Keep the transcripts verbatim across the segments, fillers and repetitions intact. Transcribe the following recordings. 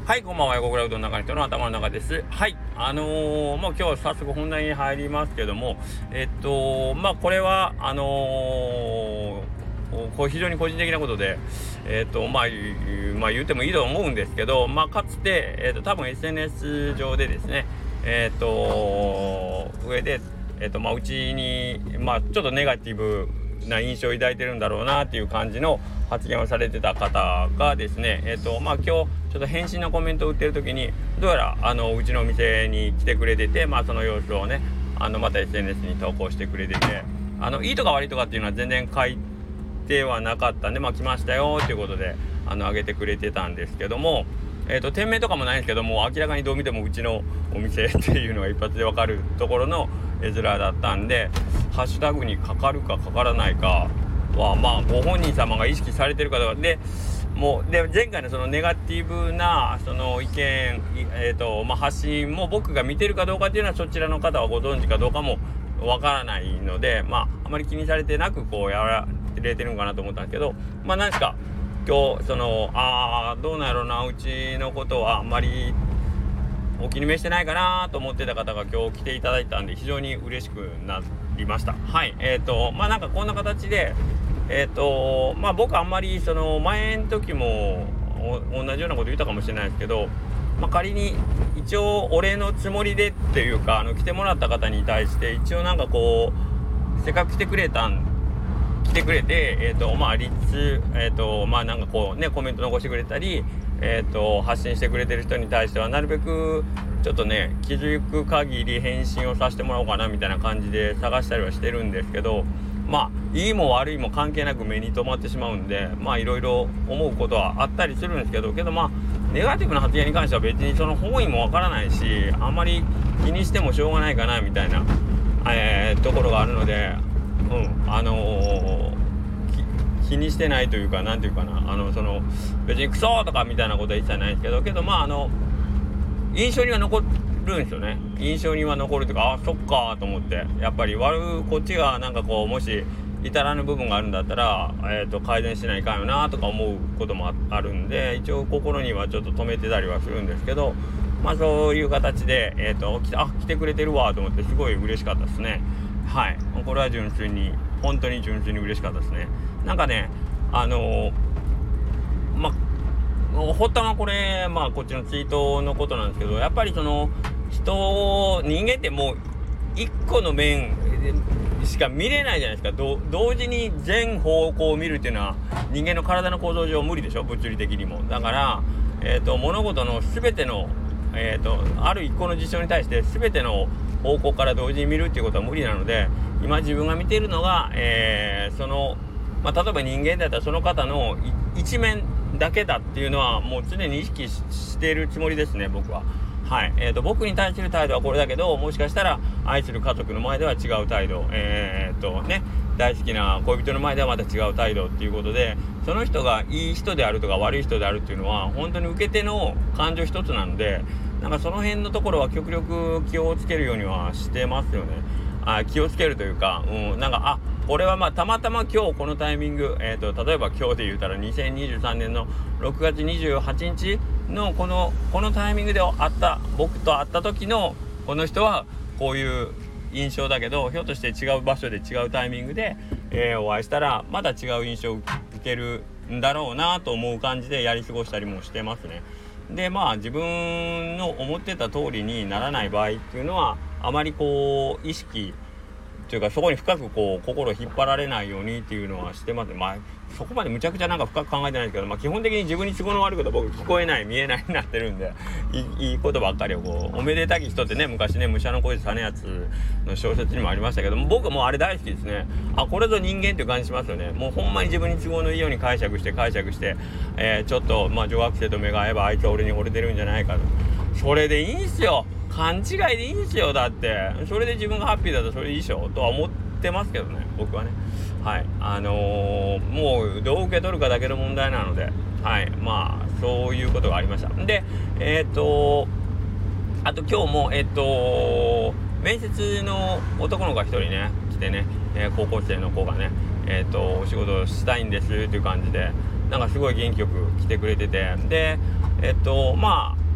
はい、こんばんは。横倉うどんの中の人の頭の中です。はい、あのー、もう今日早速本題に入りますけども、えっとまあこれはあのー、こう非常に個人的なことで、えっとまあ、まあ言ってもいいと思うんですけど、まあかつてえっと多分 エスエヌエス 上でですね、えっと上でえっとまあうちにまあちょっとネガティブな印象を抱いてるんだろうなっていう感じの発言をされてた方がですね、えっとまあ今日ちょっと返信のコメントを打ってる時にどうやらあのうちのお店に来てくれてて、まあその様子をねあのまた エスエヌエス に投稿してくれてて、あのいいとか悪いとかっていうのは全然書いてはなかったんで、まあ来ましたよっていうことであの上げてくれてたんですけども、えっと店名とかもないんですけども、明らかにどう見てもうちのお店っていうのが一発でわかるところの絵面だったんで、ハッシュタグにかかるかかからないかはまあご本人様が意識されてるかどうかで、もうで前回のそのネガティブなその意見、えーとまあ、発信も僕が見てるかどうかっていうのはそちらの方はご存知かどうかもわからないので、まああまり気にされてなくこうやられてるのかなと思ったんですけど、まあなんですか今日そのあーどうなんやろうな、うちのことはあんまりお気に召してないかなと思ってた方が今日来ていただいたんで非常に嬉しくなりました。はい、えーとまあなんかこんな形でえーとまあ僕あんまりその前の時も同じようなこと言ったかもしれないですけど、まあ、仮に一応お礼のつもりでっていうかあの来てもらった方に対して一応なんかこうせっかく来てくれたん来てくれてえーとまあリツえーとまあなんかこうねコメント残してくれたりえーと発信してくれてる人に対してはなるべくちょっとね気づく限り返信をさせてもらおうかなみたいな感じで探したりはしてるんですけど、まあいいも悪いも関係なく目に留まってしまうんで、まあいろいろ思うことはあったりするんですけどけどまあネガティブな発言に関しては別にその本意もわからないしあんまり気にしてもしょうがないかなみたいな、えー、ところがあるので、うんあのー、気にしてないというかなんていうかな、あのその別にクソとかみたいなことは一切ないんですけどけどまああの印象には残るんですよね。印象には残るというか、あそっかと思って、やっぱり悪こっちがなんかこうもし至らぬ部分があるんだったら、えーと改善しないかんよなとか思うことも あ, あるんで一応心にはちょっと止めてたりはするんですけど、まあそういう形でえっ、ー、と来てあ来てくれてるわと思ってすごい嬉しかったですね。はい、これは純粋に本当に純粋に嬉しかったですね。なんかねあのー、まあ発端はこれまあこっちのツイートのことなんですけど、やっぱりその人人間ってもう一個の面しか見れないじゃないですか。ど同時に全方向を見るっていうのは人間の体の構造上無理でしょ、物理的にも。だから、えーと、物事の全ての、えーと、ある一個の事象に対して全ての方向から同時に見るっていうことは無理なので、今自分が見ているのが、えー、その、まあ、例えば人間だったらその方の一面だけだっていうのはもう常に意識 し, しているつもりですね、僕は。はい、えーと僕に対する態度はこれだけど、もしかしたら愛する家族の前では違う態度、えーとね大好きな恋人の前ではまた違う態度っていうことで、その人がいい人であるとか悪い人であるっていうのは本当に受け手の感情一つなので、なんかその辺のところは極力気をつけるようにはしてますよね。あ気をつけるというか、うん、なんかあこれはまあたまたま今日このタイミング、えーと例えば今日で言うたらにせんにじゅうさんねんのろくがつにじゅうはちにちのこのこのタイミングで会った僕と会った時のこの人はこういう印象だけど、ひょっとして違う場所で違うタイミングで、えー、お会いしたらまた違う印象を受けるんだろうなと思う感じでやり過ごしたりもしてますね。でまあ自分の思ってた通りにならない場合っていうのはあまりこう意識というかそこに深くこう心を引っ張られないようにっていうのはしてます。まあそこまでむちゃくちゃなんか深く考えてないですけど、まあ基本的に自分に都合の悪いことは僕聞こえない見えないになってるんで、いい、いいことばっかりをこうおめでたき人ってね、昔ね武者の恋さねやつの小説にもありましたけども、僕はもうあれ大好きですね。あこれぞ人間っていう感じしますよね。もうほんまに自分に都合のいいように解釈して解釈して、えー、ちょっとまあ女学生と目が合えばあいつは俺に惚れてるんじゃないかと、それでいいんすよ。勘違いでいいんですよ。だってそれで自分がハッピーだとそれでいいでしょとは思ってますけどね、僕はね。はい、あのー、もうどう受け取るかだけの問題なので、はい、まあそういうことがありました。でえっ、ー、とあと今日もえっ、ー、と面接の男の子が一人ね来てね、えー、高校生の子がねえっ、ー、とお仕事したいんですっていう感じでなんかすごい元気よく来てくれてて、でえっ、とまあ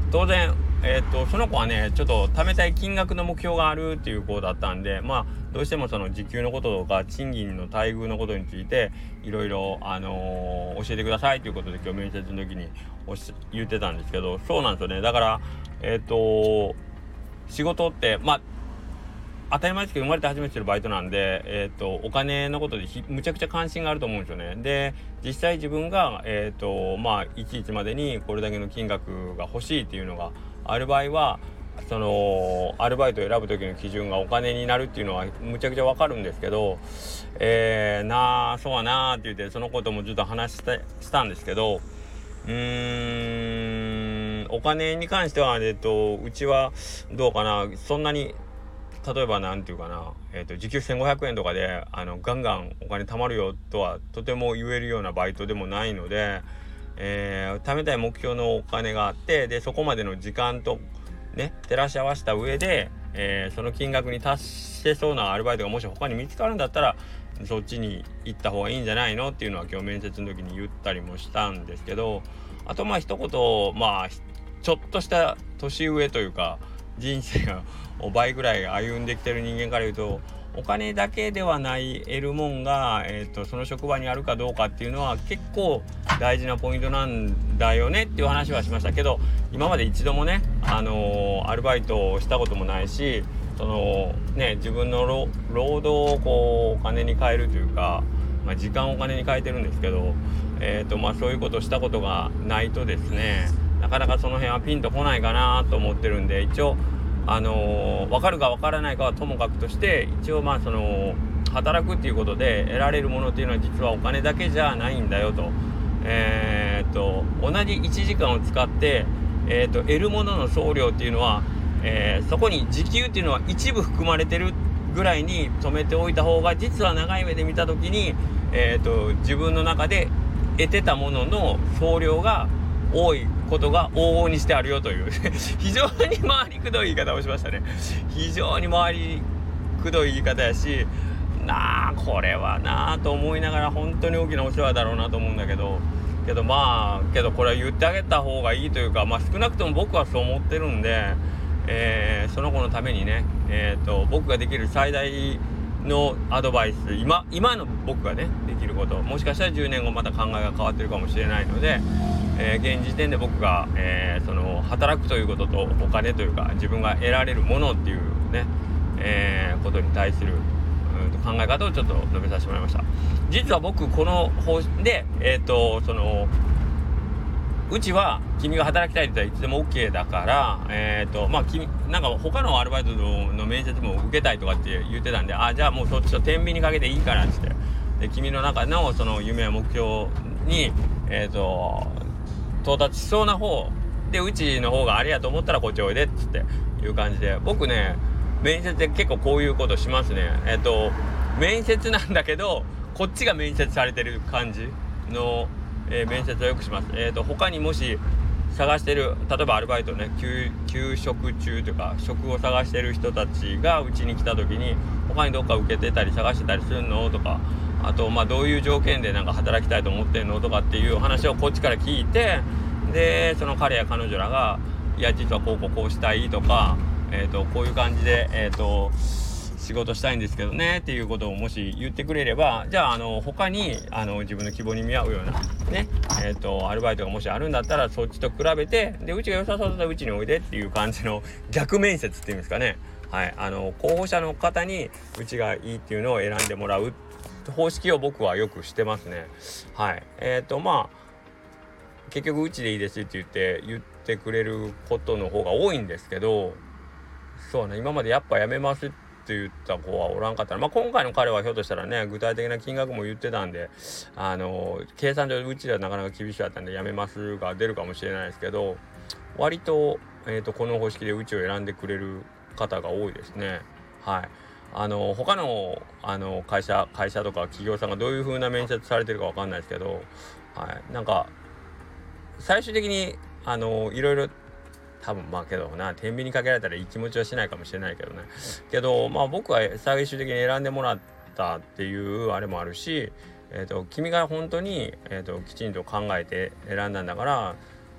当然、えー、とその子はねちょっと貯めたい金額の目標があるっていう子だったんで、まあどうしてもその時給のこととか賃金の待遇のことについていろいろ、あのー、教えてくださいということで今日面接の時におし言ってたんですけど、そうなんですよね。だからえっ、ー、と仕事ってまあ当たり前ですけど生まれて初めてするバイトなんで、えー、とお金のことでむちゃくちゃ関心があると思うんですよね。で実際自分が、えーとまあ、いちいちまでにこれだけの金額が欲しいっていうのがある場合はそのアルバイトを選ぶ時の基準がお金になるっていうのはむちゃくちゃわかるんですけど、えー、なあそうはなあって言ってそのこともずっと話した、したんですけど、うーんお金に関しては、えー、とうちはどうかな、そんなに例えばなんていうかな、えーと、時給せんごひゃくえんとかであのガンガンお金貯まるよとはとても言えるようなバイトでもないので、えー、貯めたい目標のお金があって、でそこまでの時間とね照らし合わせた上で、えー、その金額に達してそうなアルバイトがもし他に見つかるんだったらそっちに行った方がいいんじゃないのっていうのは今日面接の時に言ったりもしたんですけど、あとまあ一言まあちょっとした年上というか人生が倍ぐらい歩んできてる人間から言うと、お金だけではない得るもんが、えーと、その職場にあるかどうかっていうのは結構大事なポイントなんだよねっていう話はしましたけど、今まで一度もね、あのー、アルバイトをしたこともないし、そのね自分の労働をこうお金に変えるというか、まあ、時間をお金に変えてるんですけど、えーとまあ、そういうことをしたことがないとですね、なかなかその辺はピンとこないかなと思ってるんで、一応あのー、分かるか分からないかはともかくとして、一応まあその働くっていうことで得られるものっていうのは実はお金だけじゃないんだよと、えー、っと同じいちじかんを使って、えー、っと得るものの総量っていうのは、えー、そこに時給っていうのは一部含まれてるぐらいに止めておいた方が、実は長い目で見た時に、えー、っと自分の中で得てたものの総量が多いことが往々にしてあるよという非常に回りくどい言い方をしましたね。非常に回りくどい言い方やし、なあこれはなあと思いながら本当に大きなお世話だろうなと思うんだけどけどまあけどこれは言ってあげた方がいいというか、まあ少なくとも僕はそう思ってるんで、えー、その子のためにね、えーと僕ができる最大のアドバイス、今今の僕がねできること、もしかしたらじゅうねんごまた考えが変わってるかもしれないので、えー、現時点で僕が、えー、その働くということとお金というか自分が得られるものっていうね、えー、ことに対するうん考え方をちょっと述べさせてもらいました。実は僕この方でえっ、ー、とそのうちは君が働きたいって言ったらいつでも OK だから、えっ、ー、とまあ君なんか他のアルバイトの面接も受けたいとかって言ってたんで、あじゃあもうそっちと天秤にかけていいからってって、で君の中のその夢や目標にえっ、ー、と到達しそうな方でうちの方があれやと思ったらこっちおいでっつっていう感じで、僕ね面接で結構こういうことしますね。えっ、ー、と面接なんだけどこっちが面接されてる感じの、えー、面接をよくします。えっ、ー、と他にもし探してる、例えばアルバイトね 休, 休職中というか職を探してる人たちがうちに来た時に、他にどっか受けてたり探してたりするのとか、あとまあどういう条件でなんか働きたいと思ってんのとかっていう話をこっちから聞いて、でその彼や彼女らがいや実はこうこうこうしたいとか、えーとこういう感じでえーと仕事したいんですけどねっていうことをもし言ってくれれば、じゃああの他にあの自分の希望に見合うようなねえーとアルバイトがもしあるんだったらそっちと比べて、でうちが良さそうだったらうちにおいでっていう感じの逆面接っていうんですかね。はい、あの候補者の方にうちがいいっていうのを選んでもらう方式を僕はよくしてますね。はい、えっ、ー、とまあ結局うちでいいですって言って言ってくれることの方が多いんですけど、そうね、今までやっぱやめますって言った子はおらんかったら、まあ今回の彼はひょっとしたらね具体的な金額も言ってたんで、あの計算上うちではなかなか厳しかったんでやめますが出るかもしれないですけど、割と、えーとこの方式でうちを選んでくれる方が多いですね。はい。あの他のあの会社会社とか企業さんがどういう風な面接されてるかわかんないですけど、はい、なんか最終的にあのいろいろ多分まあけどな天秤にかけられたらいい気持ちはしないかもしれないけどね。けどまあ僕は最終的に選んでもらったっていうあれもあるし、えーと君が本当に、えーときちんと考えて選んだんだから、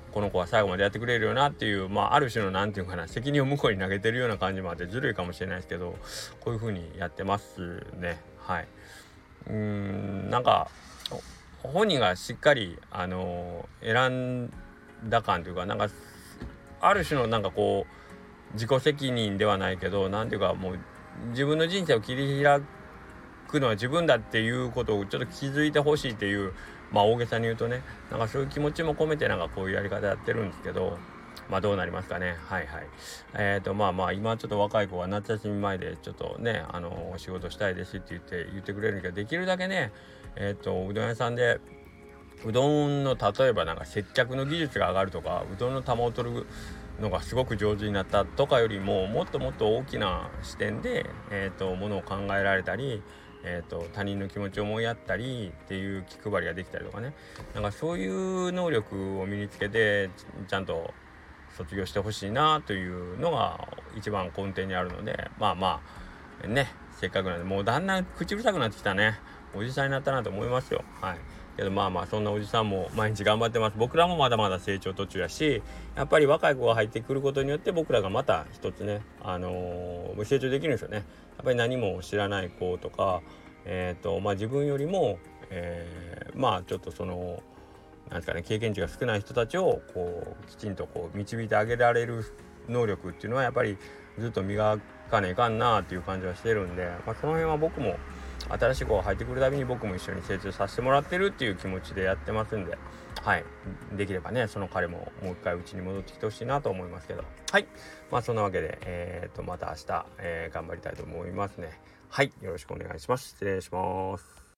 この子は最後までやってくれるよなっていう、まあある種のなんていうかな、責任を向こうに投げてるような感じもあってずるいかもしれないですけど、こういう風にやってますね。はい。うーんなんか本人がしっかりあの選んだ感というか、なんかある種のなんかこう自己責任ではないけど、なんていうかもう自分の人生を切り開くのは自分だっていうことをちょっと気づいてほしいっていう、まあ大げさに言うとね、なんかそういう気持ちも込めてなんかこういうやり方やってるんですけど、まあどうなりますかね。はいはい。えっとまあまあ今ちょっと若い子は夏休み前でちょっとね、あの仕事したいですって言って言ってくれるんだけど、できるだけね、えっとうどん屋さんでうどんの例えばなんか接客の技術が上がるとか、うどんの玉を取るのがすごく上手になったとかよりも、もっともっと大きな視点で、えーと、ものを考えられたり、えーと、他人の気持ちを思いやったりっていう気配りができたりとかね、なんかそういう能力を身につけてちゃんと卒業してほしいなというのが一番根底にあるので、まあまあね、せっかくなんで、もうだんだん口うるさくなってきたね、おじさんになったなと思いますよ。はい。けどまあまあそんなおじさんも毎日頑張ってます。僕らもまだまだ成長途中やし、やっぱり若い子が入ってくることによって僕らがまた一つね、あのー、成長できるんですよね。やっぱり何も知らない子とか、えっとまあ自分よりも、えー、まあちょっとそのなんですかね、経験値が少ない人たちをこうきちんとこう導いてあげられる能力っていうのはやっぱりずっと磨かねえかんなっていう感じはしてるんで、まあ、その辺は僕も新しい子が入ってくるたびに僕も一緒に成長させてもらってるっていう気持ちでやってますんで、はい、できればねその彼ももう一回うちに戻ってきてほしいなと思いますけど、はい、まあそんなわけでえー、とまた明日、えー、頑張りたいと思いますね。はい、よろしくお願いします。失礼します。